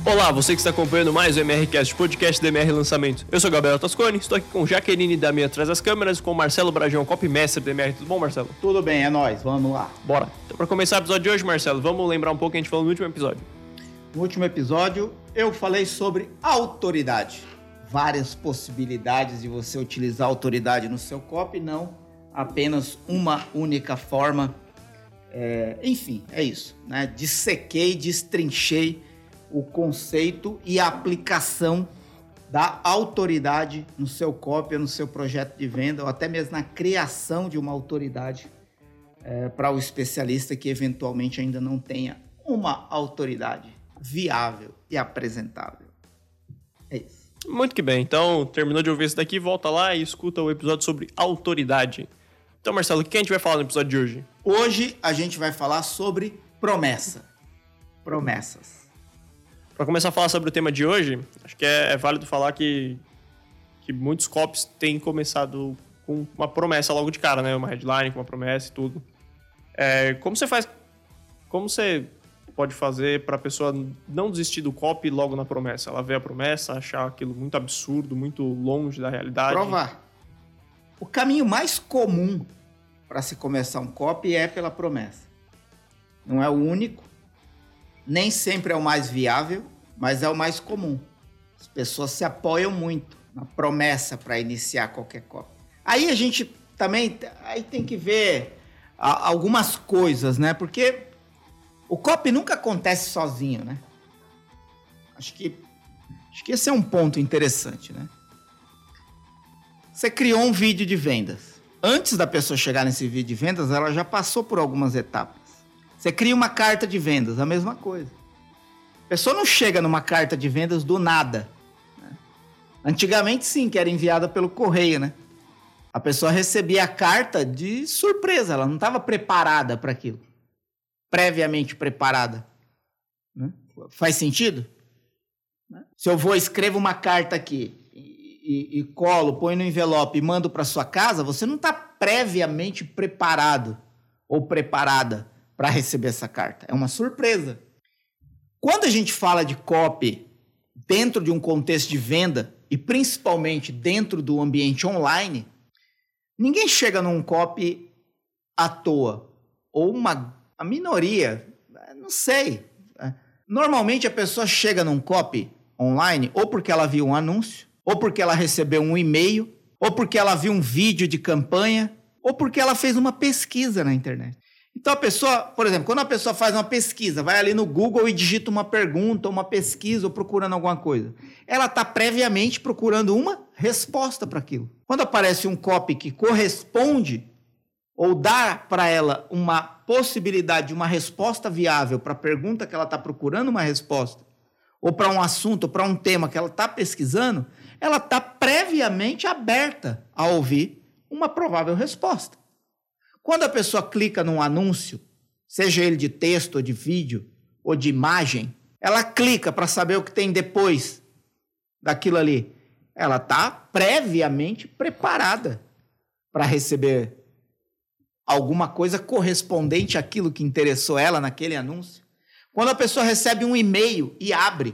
Olá, você que está acompanhando mais o MRCast, podcast do MR Lançamento. Eu sou o Gabriel Tasconi, estou aqui com Jaqueline Damian atrás das câmeras, com o Marcelo Brajão, copymestre do MR. Tudo bom, Marcelo? Tudo bem, é nóis, vamos lá. Bora. Então, para começar o episódio de hoje, Marcelo, vamos lembrar um pouco o que a gente falou no último episódio. No último episódio, eu falei sobre autoridade. Várias possibilidades de você utilizar autoridade no seu copy, não apenas uma única forma. Enfim, é isso, né? Dissequei, destrinchei o conceito e a aplicação da autoridade no seu copy, no seu projeto de venda, ou até mesmo na criação de uma autoridade para o especialista que eventualmente ainda não tenha uma autoridade viável e apresentável. É isso. Muito que bem. Então, terminou de ouvir isso daqui, volta lá e escuta o episódio sobre autoridade. Então, Marcelo, o que a gente vai falar no episódio de hoje? Hoje a gente vai falar sobre promessa. Promessas. Para começar a falar sobre o tema de hoje, acho que é válido falar que muitos copies têm começado com uma promessa logo de cara, né? Uma headline com uma promessa e tudo. Como você pode fazer para a pessoa não desistir do copy logo na promessa? Ela vê a promessa, achar aquilo muito absurdo, muito longe da realidade. Provar. O caminho mais comum para se começar um copy é pela promessa. Não é o único. Nem sempre é o mais viável, mas é o mais comum. As pessoas se apoiam muito na promessa para iniciar qualquer copy. Aí a gente também tem que ver algumas coisas, né? Porque o copy nunca acontece sozinho, né? Acho que esse é um ponto interessante, né? Você criou um vídeo de vendas. Antes da pessoa chegar nesse vídeo de vendas, ela já passou por algumas etapas. Você cria uma carta de vendas, a mesma coisa. A pessoa não chega numa carta de vendas do nada, né? Antigamente, sim, que era enviada pelo correio, né? A pessoa recebia a carta de surpresa, ela não estava preparada para aquilo. Previamente preparada. Né? Faz sentido? Se eu escrevo uma carta aqui e colo, põe no envelope e mando para sua casa, você não está previamente preparado ou preparada para receber essa carta. É uma surpresa. Quando a gente fala de copy dentro de um contexto de venda e principalmente dentro do ambiente online, ninguém chega num copy à toa. Ou a minoria, não sei. Normalmente a pessoa chega num copy online ou porque ela viu um anúncio, ou porque ela recebeu um e-mail, ou porque ela viu um vídeo de campanha, ou porque ela fez uma pesquisa na internet. Então a pessoa, por exemplo, quando a pessoa faz uma pesquisa, vai ali no Google e digita uma pergunta, uma pesquisa ou procurando alguma coisa, ela está previamente procurando uma resposta para aquilo. Quando aparece um copy que corresponde ou dá para ela uma possibilidade de uma resposta viável para a pergunta que ela está procurando uma resposta, ou para um assunto, ou para um tema que ela está pesquisando, ela está previamente aberta a ouvir uma provável resposta. Quando a pessoa clica num anúncio, seja ele de texto, ou de vídeo, ou de imagem, ela clica para saber o que tem depois daquilo ali. Ela está previamente preparada para receber alguma coisa correspondente àquilo que interessou ela naquele anúncio. Quando a pessoa recebe um e-mail e abre,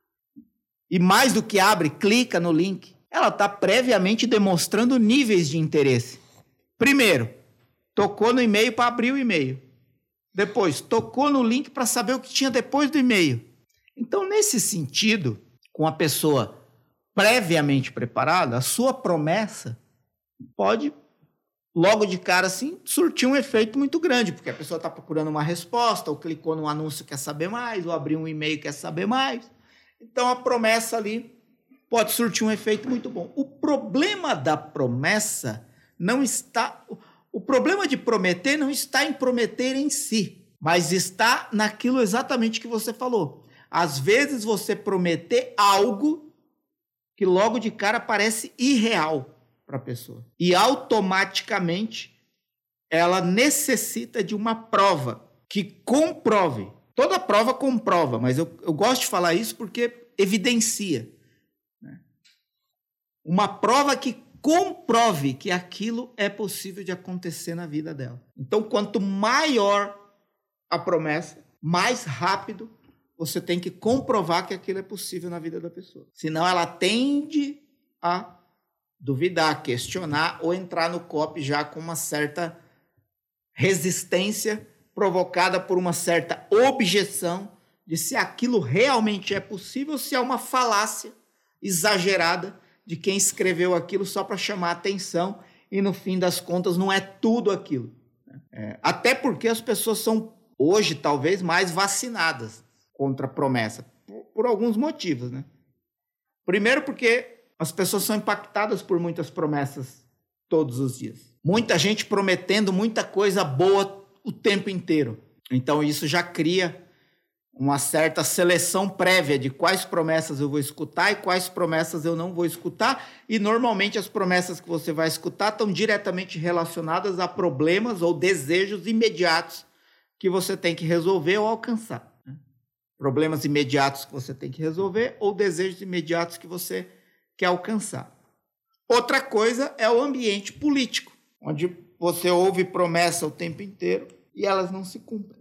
e mais do que abre, clica no link, ela está previamente demonstrando níveis de interesse. Primeiro, tocou no e-mail para abrir o e-mail. Depois, tocou no link para saber o que tinha depois do e-mail. Então, nesse sentido, com a pessoa previamente preparada, a sua promessa pode, logo de cara, assim, surtir um efeito muito grande, porque a pessoa está procurando uma resposta, ou clicou num anúncio quer saber mais, ou abriu um e-mail quer saber mais. Então, a promessa ali pode surtir um efeito muito bom. O problema da promessa não está... O problema de prometer não está em prometer em si, mas está naquilo exatamente que você falou. Às vezes você prometer algo que logo de cara parece irreal para a pessoa. E automaticamente ela necessita de uma prova que comprove. Toda prova comprova, mas eu gosto de falar isso porque evidencia, né? Uma prova que comprove que aquilo é possível de acontecer na vida dela. Então, quanto maior a promessa, mais rápido você tem que comprovar que aquilo é possível na vida da pessoa. Senão ela tende a duvidar, questionar ou entrar no COP já com uma certa resistência provocada por uma certa objeção de se aquilo realmente é possível ou se é uma falácia exagerada de quem escreveu aquilo só para chamar atenção e, no fim das contas, não é tudo aquilo. Até porque as pessoas são, hoje, talvez, mais vacinadas contra a promessa, por alguns motivos, né? Primeiro porque as pessoas são impactadas por muitas promessas todos os dias. Muita gente prometendo muita coisa boa o tempo inteiro. Então, isso já cria uma certa seleção prévia de quais promessas eu vou escutar e quais promessas eu não vou escutar. E, normalmente, as promessas que você vai escutar estão diretamente relacionadas a problemas ou desejos imediatos que você tem que resolver ou alcançar. Problemas imediatos que você tem que resolver ou desejos imediatos que você quer alcançar. Outra coisa é o ambiente político, onde você ouve promessa o tempo inteiro e elas não se cumprem.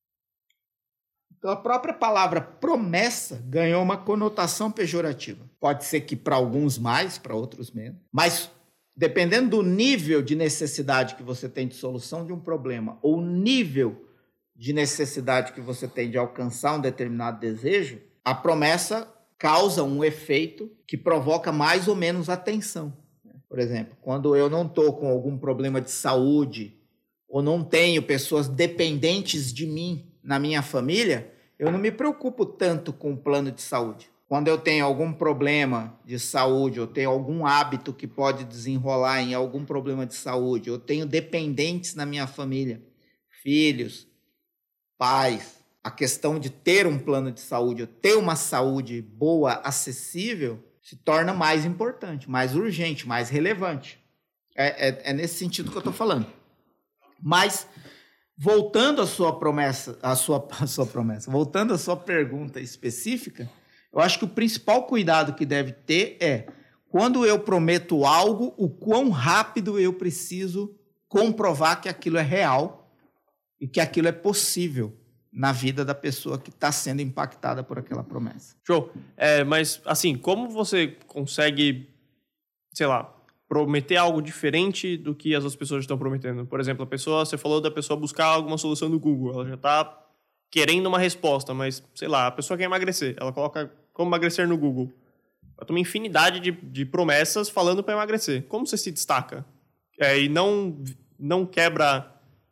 Então, a própria palavra promessa ganhou uma conotação pejorativa. Pode ser que para alguns mais, para outros menos, mas dependendo do nível de necessidade que você tem de solução de um problema ou nível de necessidade que você tem de alcançar um determinado desejo, a promessa causa um efeito que provoca mais ou menos atenção. Por exemplo, quando eu não estou com algum problema de saúde ou não tenho pessoas dependentes de mim na minha família, eu não me preocupo tanto com o plano de saúde. Quando eu tenho algum problema de saúde, eu tenho algum hábito que pode desenrolar em algum problema de saúde, eu tenho dependentes na minha família, filhos, pais, a questão de ter um plano de saúde, ou ter uma saúde boa, acessível, se torna mais importante, mais urgente, mais relevante. É nesse sentido que eu estou falando. Mas, voltando à sua promessa, voltando à sua pergunta específica, eu acho que o principal cuidado que deve ter é, quando eu prometo algo, o quão rápido eu preciso comprovar que aquilo é real e que aquilo é possível na vida da pessoa que está sendo impactada por aquela promessa. Show. Mas, assim, como você consegue, sei lá, prometer algo diferente do que as outras pessoas estão prometendo? Por exemplo, você falou da pessoa buscar alguma solução no Google, ela já está querendo uma resposta, mas, sei lá, a pessoa quer emagrecer, ela coloca como emagrecer no Google. Ela tem uma infinidade de promessas falando para emagrecer. Como você se destaca? E não quebra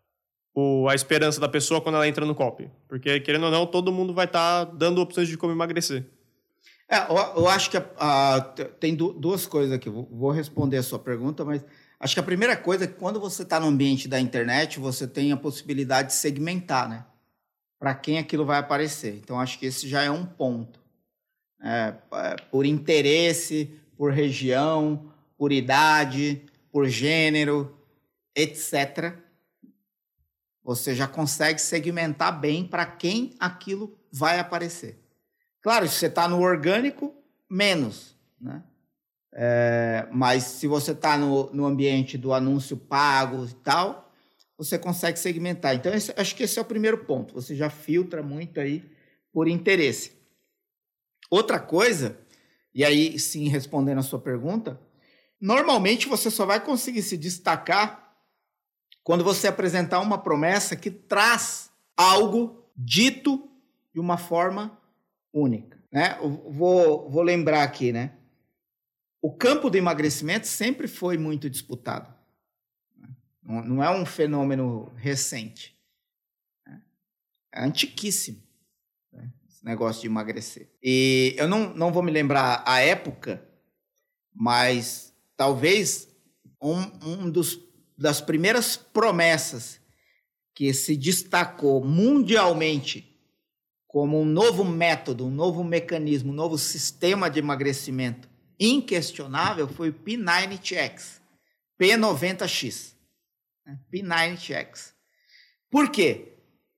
a esperança da pessoa quando ela entra no COP. Porque, querendo ou não, todo mundo vai estar dando opções de como emagrecer. Eu acho que tem duas coisas aqui. Vou responder a sua pergunta, mas acho que a primeira coisa é que quando você está no ambiente da internet, você tem a possibilidade de segmentar, né? Para quem aquilo vai aparecer. Então, acho que esse já é um ponto. Por interesse, por região, por idade, por gênero, etc., você já consegue segmentar bem para quem aquilo vai aparecer. Claro, se você está no orgânico, menos, né? Mas se você está no ambiente do anúncio pago e tal, você consegue segmentar. Então, acho que esse é o primeiro ponto. Você já filtra muito aí por interesse. Outra coisa, e aí sim respondendo a sua pergunta, normalmente você só vai conseguir se destacar quando você apresentar uma promessa que traz algo dito de uma forma única, né? Vou lembrar aqui, né? O campo do emagrecimento sempre foi muito disputado. Não é um fenômeno recente. É antiquíssimo, né? Esse negócio de emagrecer. E eu não vou me lembrar a época, mas talvez das primeiras promessas que se destacou mundialmente como um novo método, um novo mecanismo, um novo sistema de emagrecimento inquestionável foi o P90X, P90X. P90X. Por quê?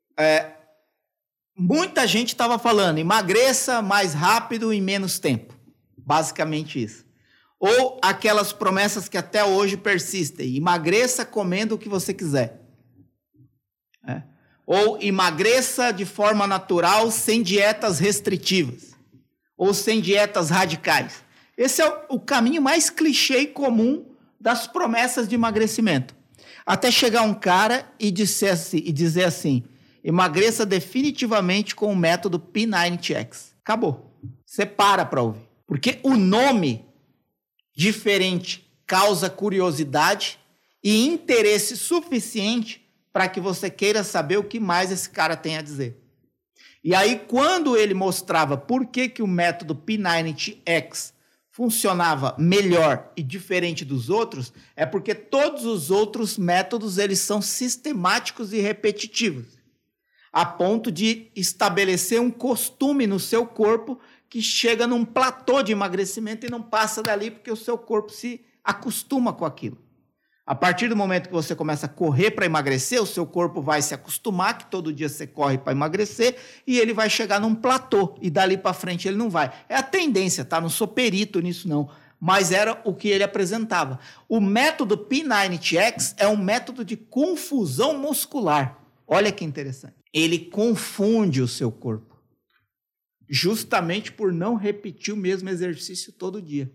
Muita gente estava falando, emagreça mais rápido em menos tempo. Basicamente isso. Ou aquelas promessas que até hoje persistem, emagreça comendo o que você quiser. Ou emagreça de forma natural, sem dietas restritivas. Ou sem dietas radicais. Esse é o caminho mais clichê e comum das promessas de emagrecimento. Até chegar um cara e dizer assim, emagreça definitivamente com o método P90X. Acabou. Você para ouvir. Porque o nome diferente causa curiosidade e interesse suficiente para que você queira saber o que mais esse cara tem a dizer. E aí, quando ele mostrava por que o método P90X funcionava melhor e diferente dos outros, é porque todos os outros métodos eles são sistemáticos e repetitivos, a ponto de estabelecer um costume no seu corpo que chega num platô de emagrecimento e não passa dali porque o seu corpo se acostuma com aquilo. A partir do momento que você começa a correr para emagrecer, o seu corpo vai se acostumar que todo dia você corre para emagrecer e ele vai chegar num platô e dali para frente ele não vai. É a tendência, tá? Não sou perito nisso não, mas era o que ele apresentava. O método P90X é um método de confusão muscular. Olha que interessante. Ele confunde o seu corpo, justamente por não repetir o mesmo exercício todo dia.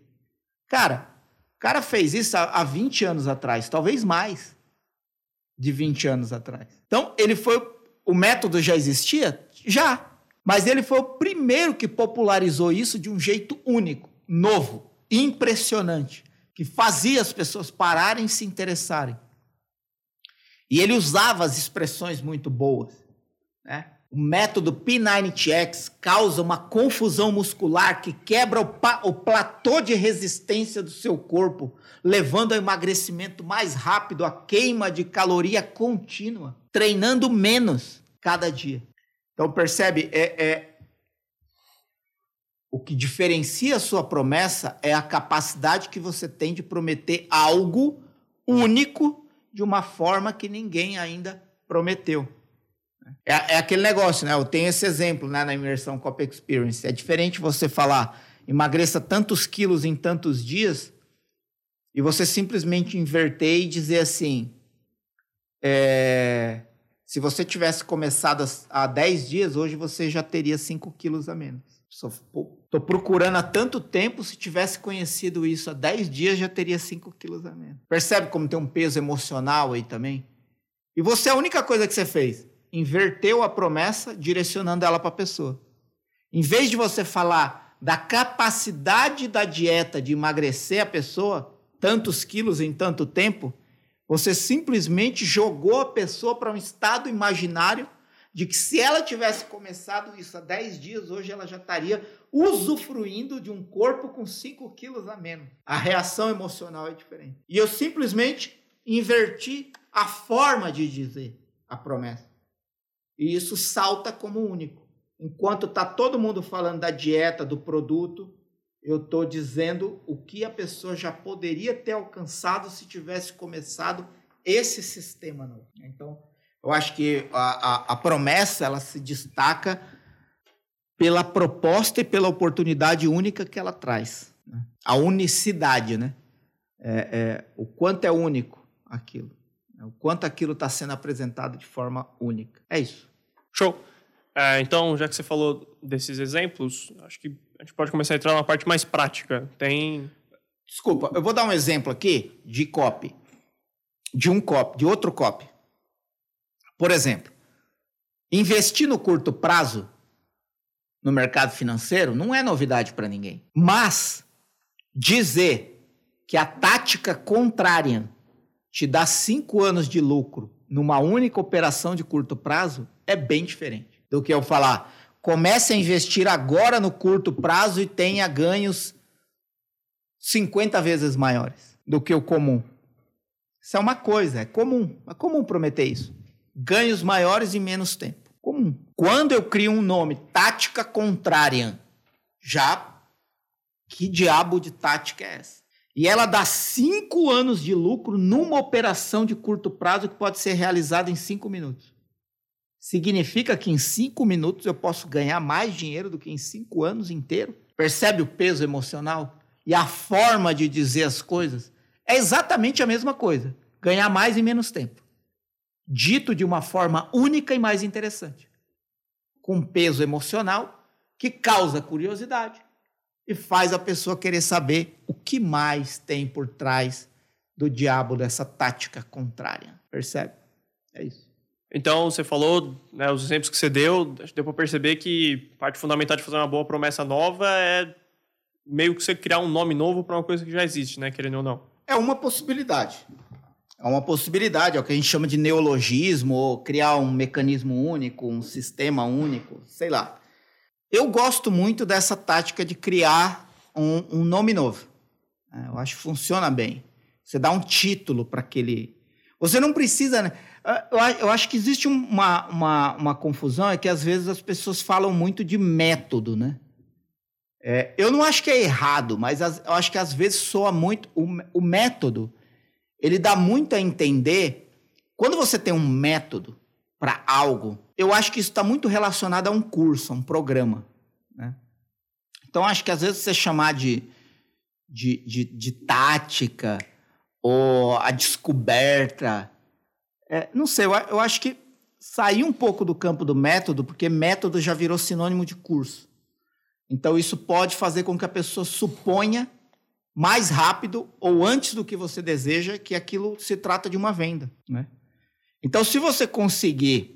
O cara fez isso há 20 anos atrás, talvez mais de 20 anos atrás. Então, o método já existia? Já. Mas ele foi o primeiro que popularizou isso de um jeito único, novo, impressionante, que fazia as pessoas pararem e se interessarem. E ele usava as expressões muito boas, né? O método P90X causa uma confusão muscular que quebra o platô de resistência do seu corpo, levando ao emagrecimento mais rápido, a queima de caloria contínua, treinando menos cada dia. Então, percebe? O que diferencia a sua promessa é a capacidade que você tem de prometer algo único de uma forma que ninguém ainda prometeu. É aquele negócio, né? Eu tenho esse exemplo, né, na imersão Cop Experience. É diferente você falar emagreça tantos quilos em tantos dias e você simplesmente inverter e dizer assim, se você tivesse começado há 10 dias, hoje você já teria 5 quilos a menos. Estou procurando há tanto tempo, se tivesse conhecido isso há 10 dias, já teria 5 quilos a menos. Percebe como tem um peso emocional aí também? E a única coisa que você fez, inverteu a promessa, direcionando ela para a pessoa. Em vez de você falar da capacidade da dieta de emagrecer a pessoa, tantos quilos em tanto tempo, você simplesmente jogou a pessoa para um estado imaginário de que se ela tivesse começado isso há 10 dias, hoje ela já estaria usufruindo de um corpo com 5 quilos a menos. A reação emocional é diferente. E eu simplesmente inverti a forma de dizer a promessa. E isso salta como único. Enquanto está todo mundo falando da dieta, do produto, eu estou dizendo o que a pessoa já poderia ter alcançado se tivesse começado esse sistema novo. Então, eu acho que a promessa ela se destaca pela proposta e pela oportunidade única que ela traz. Né? A unicidade, né? O quanto é único aquilo. O quanto aquilo está sendo apresentado de forma única. É isso. Show. Então, já que você falou desses exemplos, acho que a gente pode começar a entrar na parte mais prática. Desculpa, eu vou dar um exemplo aqui de copy. De outro copy. Por exemplo, investir no curto prazo no mercado financeiro não é novidade para ninguém. Mas dizer que a tática contrária te dá 5 anos de lucro numa única operação de curto prazo é bem diferente do que eu falar, comece a investir agora no curto prazo e tenha ganhos 50 vezes maiores do que o comum. Isso é uma coisa, é comum prometer isso. Ganhos maiores em menos tempo. Comum. Quando eu crio um nome, tática contrária, que diabo de tática é essa? E ela dá 5 anos de lucro numa operação de curto prazo que pode ser realizada em 5 minutos. Significa que em 5 minutos eu posso ganhar mais dinheiro do que em 5 anos inteiros? Percebe o peso emocional? E a forma de dizer as coisas? É exatamente a mesma coisa. Ganhar mais em menos tempo. dito de uma forma única e mais interessante, com peso emocional que causa curiosidade e faz a pessoa querer saber o que mais tem por trás do diabo dessa tática contrária. Percebe? É isso. Então, você falou, né, os exemplos que você deu para perceber que parte fundamental de fazer uma boa promessa nova é meio que você criar um nome novo para uma coisa que já existe, né, querendo ou não. É uma possibilidade. É uma possibilidade, é o que a gente chama de neologismo, ou criar um mecanismo único, um sistema único, sei lá. Eu gosto muito dessa tática de criar um nome novo. Eu acho que funciona bem. Você dá um título para aquele... Você não precisa... Né? Eu acho que existe uma confusão, é que às vezes as pessoas falam muito de método, né? Eu não acho que é errado, mas eu acho que às vezes soa muito... O método, ele dá muito a entender... Quando você tem um método para algo, eu acho que isso está muito relacionado a um curso, a um programa, né? Então, acho que às vezes você chamar de tática ou a descoberta... não sei, eu acho que sair um pouco do campo do método, porque método já virou sinônimo de curso. Então, isso pode fazer com que a pessoa suponha mais rápido ou antes do que você deseja que aquilo se trata de uma venda, né? Então, se você conseguir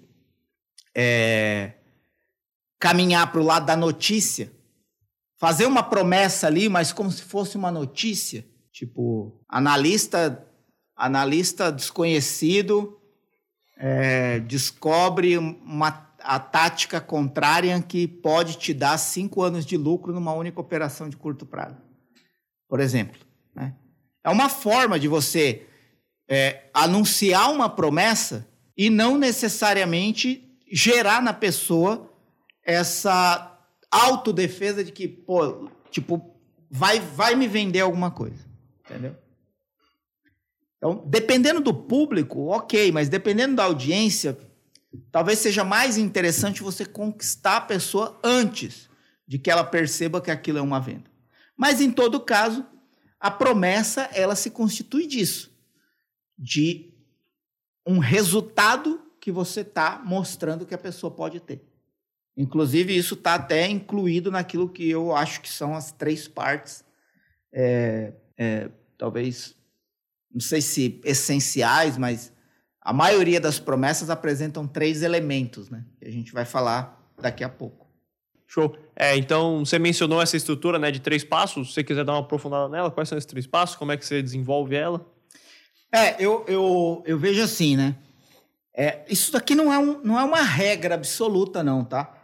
caminhar para o lado da notícia, fazer uma promessa ali, mas como se fosse uma notícia, tipo, analista desconhecido descobre a tática contrária que pode te dar 5 anos de lucro numa única operação de curto prazo, por exemplo, né? É uma forma de você anunciar uma promessa e não necessariamente gerar na pessoa essa autodefesa de que, pô, tipo, vai me vender alguma coisa, entendeu? Então, dependendo do público, ok, mas dependendo da audiência, talvez seja mais interessante você conquistar a pessoa antes de que ela perceba que aquilo é uma venda. Mas, em todo caso, a promessa, ela se constitui disso, de um resultado que você está mostrando que a pessoa pode ter. Inclusive, isso está até incluído naquilo que eu acho que são as 3 partes, talvez, não sei se essenciais, mas a maioria das promessas apresentam 3 elementos, né? Que a gente vai falar daqui a pouco. Show. Então, você mencionou essa estrutura, né, de 3 passos. Se você quiser dar uma aprofundada nela, quais são esses 3 passos? Como é que você desenvolve ela? Eu vejo assim, né? Isso daqui não é uma regra absoluta, não, tá?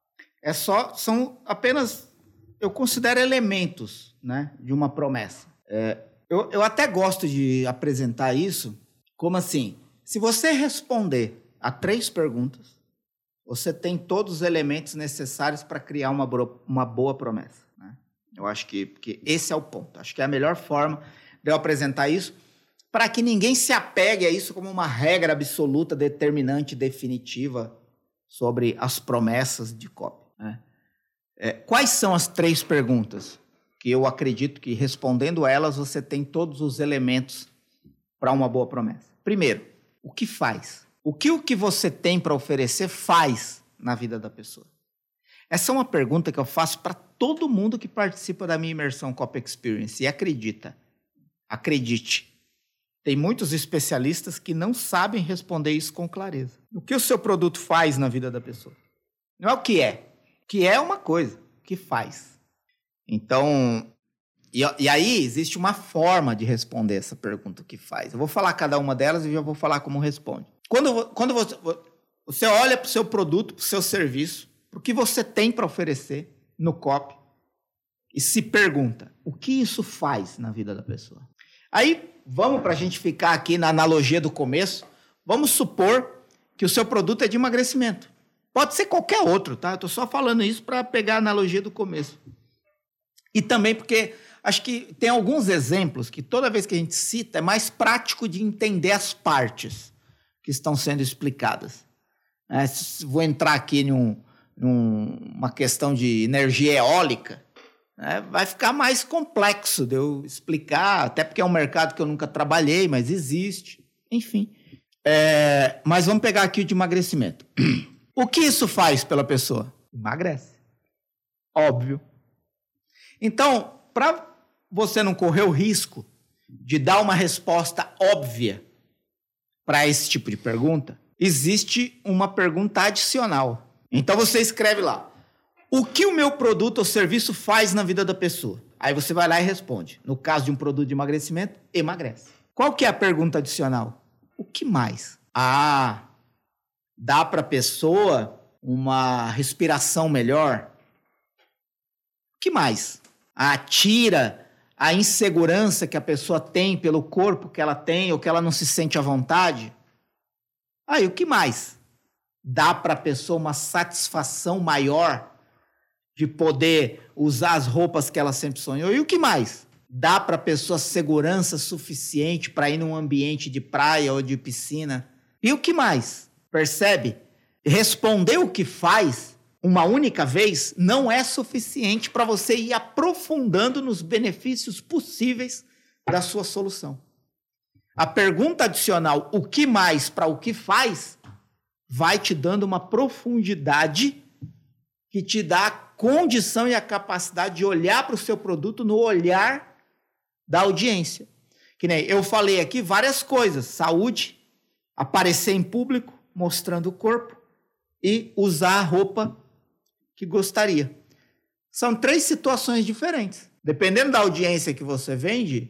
São apenas, eu considero elementos, né, de uma promessa. Eu até gosto de apresentar isso como assim, se você responder a 3 perguntas, você tem todos os elementos necessários para criar uma boa promessa, né? Eu acho que esse é o ponto. Acho que é a melhor forma de eu apresentar isso, para que ninguém se apegue a isso como uma regra absoluta, determinante, definitiva sobre as promessas de copy, né? Quais são as 3 perguntas que eu acredito que, respondendo a elas, você tem todos os elementos para uma boa promessa? Primeiro, o que faz? O que você tem para oferecer faz na vida da pessoa? Essa é uma pergunta que eu faço para todo mundo que participa da minha imersão Copy Experience. E acredite, tem muitos especialistas que não sabem responder isso com clareza. O que o seu produto faz na vida da pessoa? Não é o que é. O que é uma coisa, o que faz. Então, e aí existe uma forma de responder essa pergunta, o que faz. Eu vou falar cada uma delas e já vou falar como responde. Quando você olha para o seu produto, para o seu serviço, para o que você tem para oferecer no copy e se pergunta, o que isso faz na vida da pessoa? Aí, vamos para a gente ficar aqui na analogia do começo, vamos supor que o seu produto é de emagrecimento. Pode ser qualquer outro, tá? Eu estou só falando isso para pegar a analogia do começo. E também porque acho que tem alguns exemplos que toda vez que a gente cita é mais prático de entender as partes que estão sendo explicadas. Vou entrar aqui numa questão de energia eólica, vai ficar mais complexo de eu explicar, até porque é um mercado que eu nunca trabalhei, mas existe. Enfim, Mas vamos pegar aqui o de emagrecimento. O que isso faz pela pessoa? Emagrece. Óbvio. Então, para você não correr o risco de dar uma resposta óbvia para esse tipo de pergunta, existe uma pergunta adicional. Então você escreve lá: o que o meu produto ou serviço faz na vida da pessoa? Aí você vai lá e responde. No caso de um produto de emagrecimento, emagrece. Qual que é a pergunta adicional? O que mais? Dá para a pessoa uma respiração melhor? O que mais? Tira a insegurança que a pessoa tem pelo corpo que ela tem ou que ela não se sente à vontade? O que mais? Dá para a pessoa uma satisfação maior de poder usar as roupas que ela sempre sonhou? E o que mais? Dá para a pessoa segurança suficiente para ir num ambiente de praia ou de piscina? E o que mais? Percebe? Responder o que faz uma única vez não é suficiente para você ir aprofundando nos benefícios possíveis da sua solução. A pergunta adicional, o que mais para o que faz, vai te dando uma profundidade que te dá a condição e a capacidade de olhar para o seu produto no olhar da audiência. Que nem eu falei aqui várias coisas: saúde, aparecer em público, mostrando o corpo e usar a roupa que gostaria. São 3 situações diferentes. Dependendo da audiência que você vende,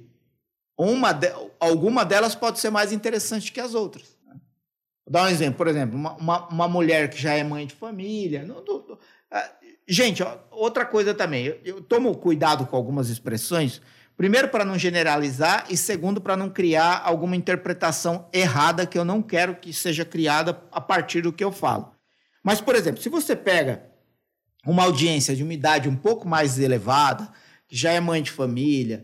alguma delas pode ser mais interessante que as outras. Vou dar um exemplo. Por exemplo, uma mulher que já é mãe de família. Gente, outra coisa também. Eu tomo cuidado com algumas expressões. Primeiro, para não generalizar, e segundo, para não criar alguma interpretação errada que eu não quero que seja criada a partir do que eu falo. Mas, por exemplo, se você pega uma audiência de uma idade um pouco mais elevada, que já é mãe de família,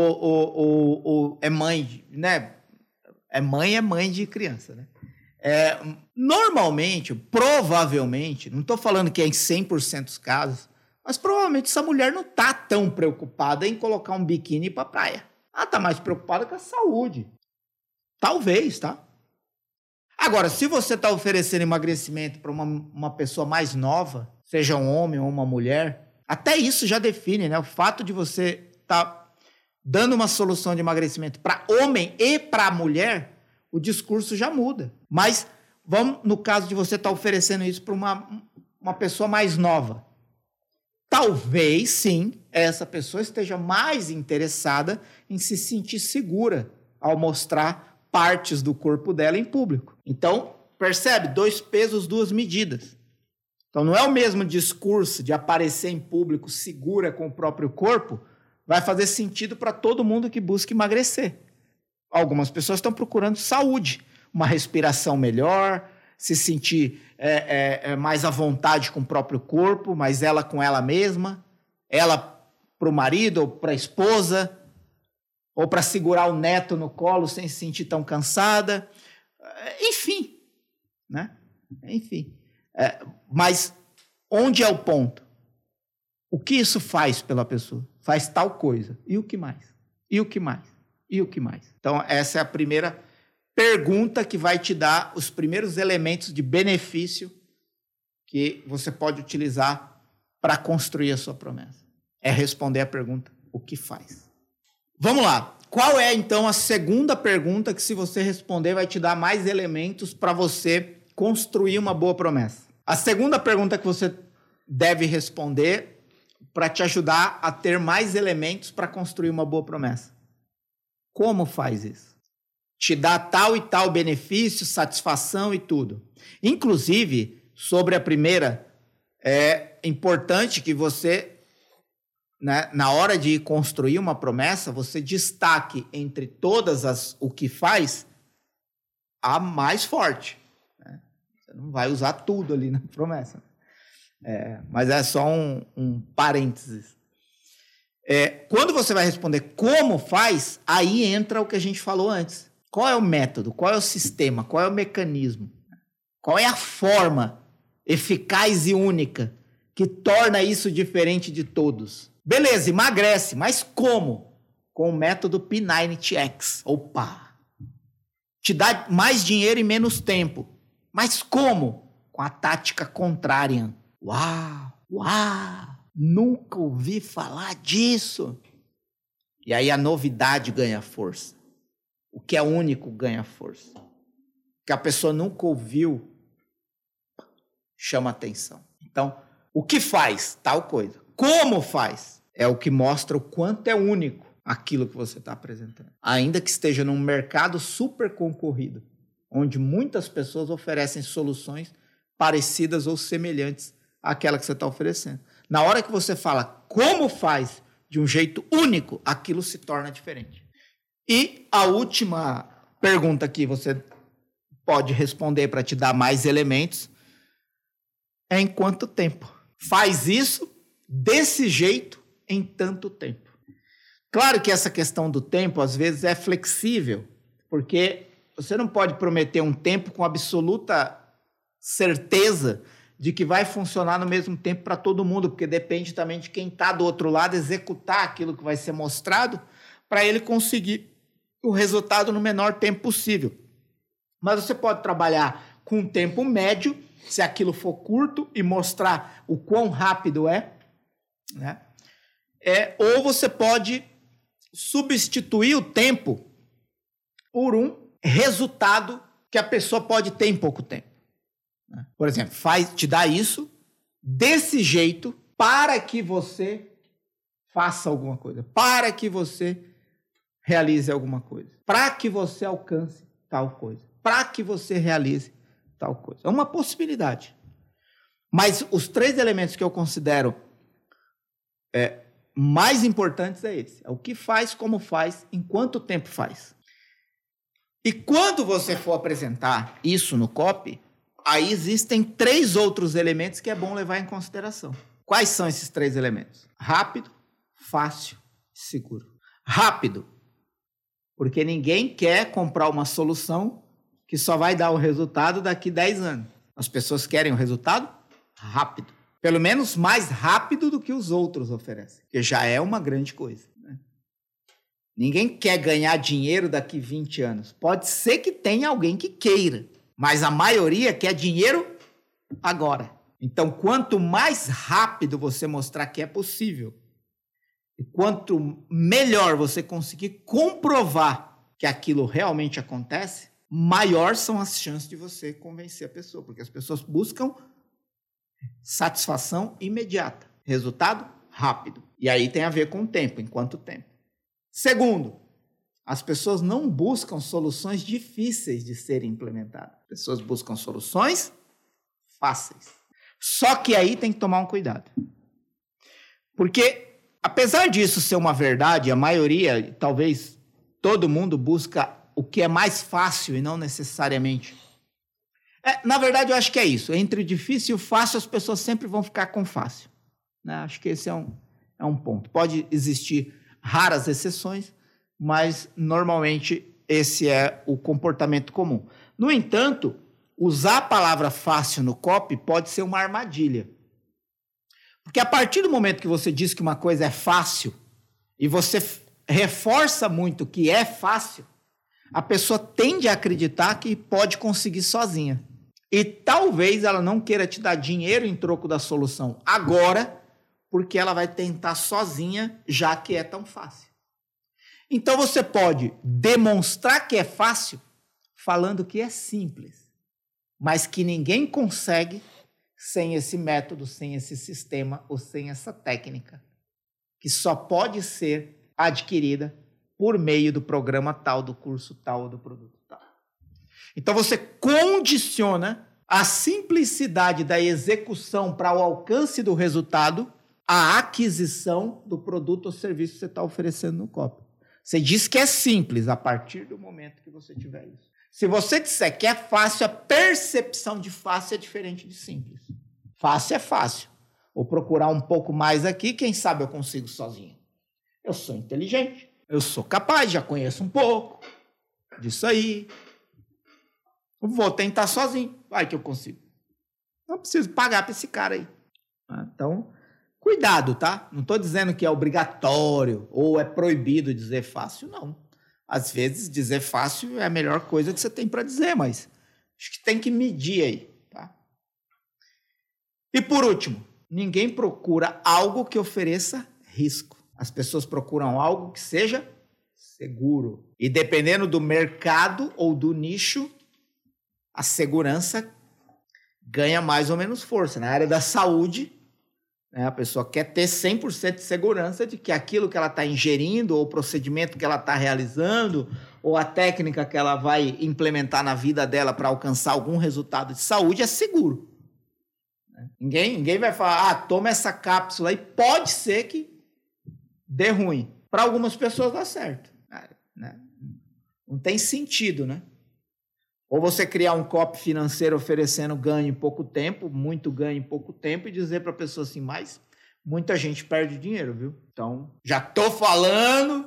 ou é mãe, né? É mãe de criança, né? Normalmente, provavelmente, não estou falando que é em 100% dos casos, mas provavelmente essa mulher não está tão preocupada em colocar um biquíni para a praia. Ela está mais preocupada com a saúde. Talvez, tá? Agora, se você está oferecendo emagrecimento para uma pessoa mais nova, seja um homem ou uma mulher, até isso já define, né? O fato de você estar dando uma solução de emagrecimento para homem e para mulher, o discurso já muda. Mas vamos no caso de você estar oferecendo isso para uma pessoa mais nova. Talvez, sim, essa pessoa esteja mais interessada em se sentir segura ao mostrar partes do corpo dela em público. Então, percebe? 2 pesos, 2 medidas. Então, não é o mesmo discurso de aparecer em público segura com o próprio corpo, vai fazer sentido para todo mundo que busca emagrecer. Algumas pessoas estão procurando saúde, uma respiração melhor, se sentir mais à vontade com o próprio corpo, mas ela com ela mesma, ela para o marido ou para a esposa, ou para segurar o neto no colo sem se sentir tão cansada. Enfim, né? Enfim. Mas onde é o ponto? O que isso faz pela pessoa? Faz tal coisa. E o que mais? E o que mais? E o que mais? Então, essa é a primeira pergunta que vai te dar os primeiros elementos de benefício que você pode utilizar para construir a sua promessa. É responder a pergunta, o que faz? Vamos lá. Qual é, então, a segunda pergunta que, se você responder, vai te dar mais elementos para você construir uma boa promessa? A segunda pergunta que você deve responder para te ajudar a ter mais elementos para construir uma boa promessa. Como faz isso? Te dá tal e tal benefício, satisfação e tudo. Inclusive, sobre a primeira, é importante que você, né, na hora de construir uma promessa, você destaque entre todas o que faz, a mais forte. Né? Você não vai usar tudo ali na promessa. Mas é só um parênteses. Quando você vai responder como faz, aí entra o que a gente falou antes. Qual é o método? Qual é o sistema? Qual é o mecanismo? Qual é a forma eficaz e única que torna isso diferente de todos? Beleza, emagrece, mas como? Com o método P90X. Opa! te dá mais dinheiro e menos tempo. Mas como? Com a tática contrária. Uau, nunca ouvi falar disso. E aí a novidade ganha força. O que é único ganha força. O que a pessoa nunca ouviu chama atenção. Então, o que faz? Tal coisa. Como faz? É o que mostra o quanto é único aquilo que você está apresentando. Ainda que esteja num mercado super concorrido, onde muitas pessoas oferecem soluções parecidas ou semelhantes àquela que você está oferecendo. Na hora que você fala como faz de um jeito único, aquilo se torna diferente. E a última pergunta que você pode responder para te dar mais elementos é em quanto tempo? Faz isso desse jeito em tanto tempo. Claro que essa questão do tempo, às vezes, é flexível, porque você não pode prometer um tempo com absoluta certeza de que vai funcionar no mesmo tempo para todo mundo, porque depende também de quem está do outro lado executar aquilo que vai ser mostrado para ele conseguir o resultado no menor tempo possível. Mas você pode trabalhar com um tempo médio, se aquilo for curto, e mostrar o quão rápido é, né? Ou você pode substituir o tempo por um resultado que a pessoa pode ter em pouco tempo. Por exemplo, te dá isso desse jeito para que você faça alguma coisa, para que você realize alguma coisa, para que você alcance tal coisa, para que você realize tal coisa. É uma possibilidade. Mas os 3 elementos que eu considero mais importantes é esse. É o que faz, como faz, em quanto tempo faz. E quando você for apresentar isso no copy, aí existem 3 outros elementos que é bom levar em consideração. Quais são esses 3 elementos? Rápido, fácil e seguro. Rápido, porque ninguém quer comprar uma solução que só vai dar o resultado daqui 10 anos. As pessoas querem o resultado rápido. Pelo menos mais rápido do que os outros oferecem, que já é uma grande coisa, né? Ninguém quer ganhar dinheiro daqui 20 anos. Pode ser que tenha alguém que queira, mas a maioria quer dinheiro agora. Então, quanto mais rápido você mostrar que é possível, e quanto melhor você conseguir comprovar que aquilo realmente acontece, maior são as chances de você convencer a pessoa, porque as pessoas buscam satisfação imediata, resultado rápido. E aí tem a ver com o tempo, em quanto tempo. Segundo, as pessoas não buscam soluções difíceis de serem implementadas. As pessoas buscam soluções fáceis. Só que aí tem que tomar um cuidado. Porque, apesar disso ser uma verdade, a maioria, talvez todo mundo busca o que é mais fácil e não necessariamente. Na verdade, eu acho que é isso. Entre o difícil e o fácil, as pessoas sempre vão ficar com fácil, né? Acho que esse é um ponto. Pode existir raras exceções, mas normalmente esse é o comportamento comum. No entanto, usar a palavra fácil no copy pode ser uma armadilha. Porque a partir do momento que você diz que uma coisa é fácil e você reforça muito que é fácil, a pessoa tende a acreditar que pode conseguir sozinha. E talvez ela não queira te dar dinheiro em troco da solução agora, porque ela vai tentar sozinha, já que é tão fácil. Então você pode demonstrar que é fácil falando que é simples, mas que ninguém consegue sem esse método, sem esse sistema ou sem essa técnica, que só pode ser adquirida por meio do programa tal, do curso tal ou do produto tal. Então você condiciona a simplicidade da execução para o alcance do resultado à aquisição do produto ou serviço que você está oferecendo no copy. Você diz que é simples a partir do momento que você tiver isso. Se você disser que é fácil, a percepção de fácil é diferente de simples. Fácil é fácil. Vou procurar um pouco mais aqui, quem sabe eu consigo sozinho. Eu sou inteligente, eu sou capaz, já conheço um pouco disso aí. Vou tentar sozinho, vai que eu consigo. Não preciso pagar para esse cara aí. Então, cuidado, tá? Não estou dizendo que é obrigatório ou é proibido dizer fácil, não. Às vezes, dizer fácil é a melhor coisa que você tem para dizer, mas acho que tem que medir aí, tá? E por último, ninguém procura algo que ofereça risco. As pessoas procuram algo que seja seguro. E dependendo do mercado ou do nicho, a segurança ganha mais ou menos força. Na área da saúde, né, a pessoa quer ter 100% de segurança de que aquilo que ela está ingerindo, ou o procedimento que ela está realizando, ou a técnica que ela vai implementar na vida dela para alcançar algum resultado de saúde é seguro. Ninguém vai falar, toma essa cápsula e pode ser que dê ruim. Para algumas pessoas dá certo. Né? Não tem sentido, né? Ou você criar um copy financeiro oferecendo ganho em pouco tempo, muito ganho em pouco tempo, e dizer para a pessoa assim, mas muita gente perde dinheiro, viu? Então, já tô falando.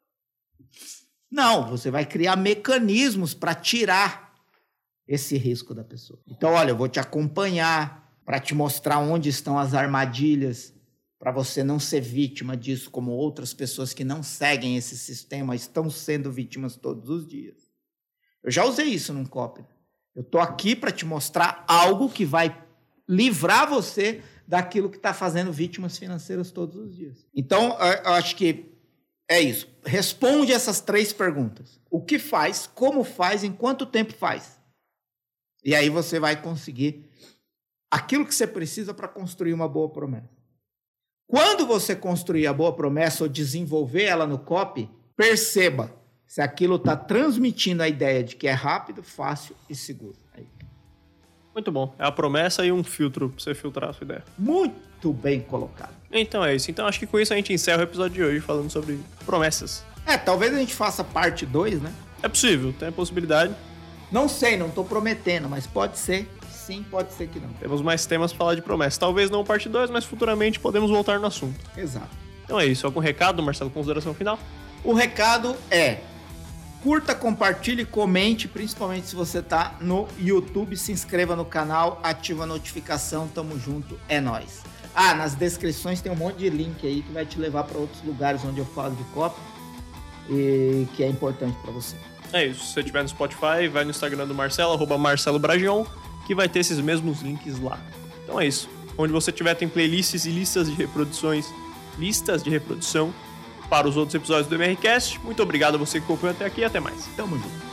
Não, você vai criar mecanismos para tirar esse risco da pessoa. Então, olha, eu vou te acompanhar para te mostrar onde estão as armadilhas, para você não ser vítima disso, como outras pessoas que não seguem esse sistema estão sendo vítimas todos os dias. Eu já usei isso num copy. Eu estou aqui para te mostrar algo que vai livrar você daquilo que está fazendo vítimas financeiras todos os dias. Então, eu acho que é isso. Responde essas 3 perguntas. O que faz, como faz, em quanto tempo faz? E aí você vai conseguir aquilo que você precisa para construir uma boa promessa. Quando você construir a boa promessa ou desenvolver ela no copy, perceba se aquilo está transmitindo a ideia de que é rápido, fácil e seguro. Aí. Muito bom. É a promessa e um filtro para você filtrar a sua ideia. Muito bem colocado. Então é isso. Então acho que com isso a gente encerra o episódio de hoje falando sobre promessas. Talvez a gente faça parte 2, né? É possível, tem a possibilidade. Não sei, não estou prometendo, mas pode ser. Sim, pode ser que não. Temos mais temas para falar de promessas. Talvez não parte 2, mas futuramente podemos voltar no assunto. Exato. Então é isso. Algum recado, Marcelo? Consideração final? O recado é: curta, compartilhe, comente, principalmente se você está no YouTube, se inscreva no canal, ativa a notificação, tamo junto, é nóis. Nas descrições tem um monte de link aí que vai te levar para outros lugares onde eu falo de copy e que é importante para você. É isso. Se você estiver no Spotify, vai no Instagram do Marcelo, @MarceloBragion, que vai ter esses mesmos links lá. Então é isso. Onde você tiver tem playlists e listas de reprodução para os outros episódios do MRCast. Muito obrigado a você que acompanhou até aqui e até mais. Tamo junto.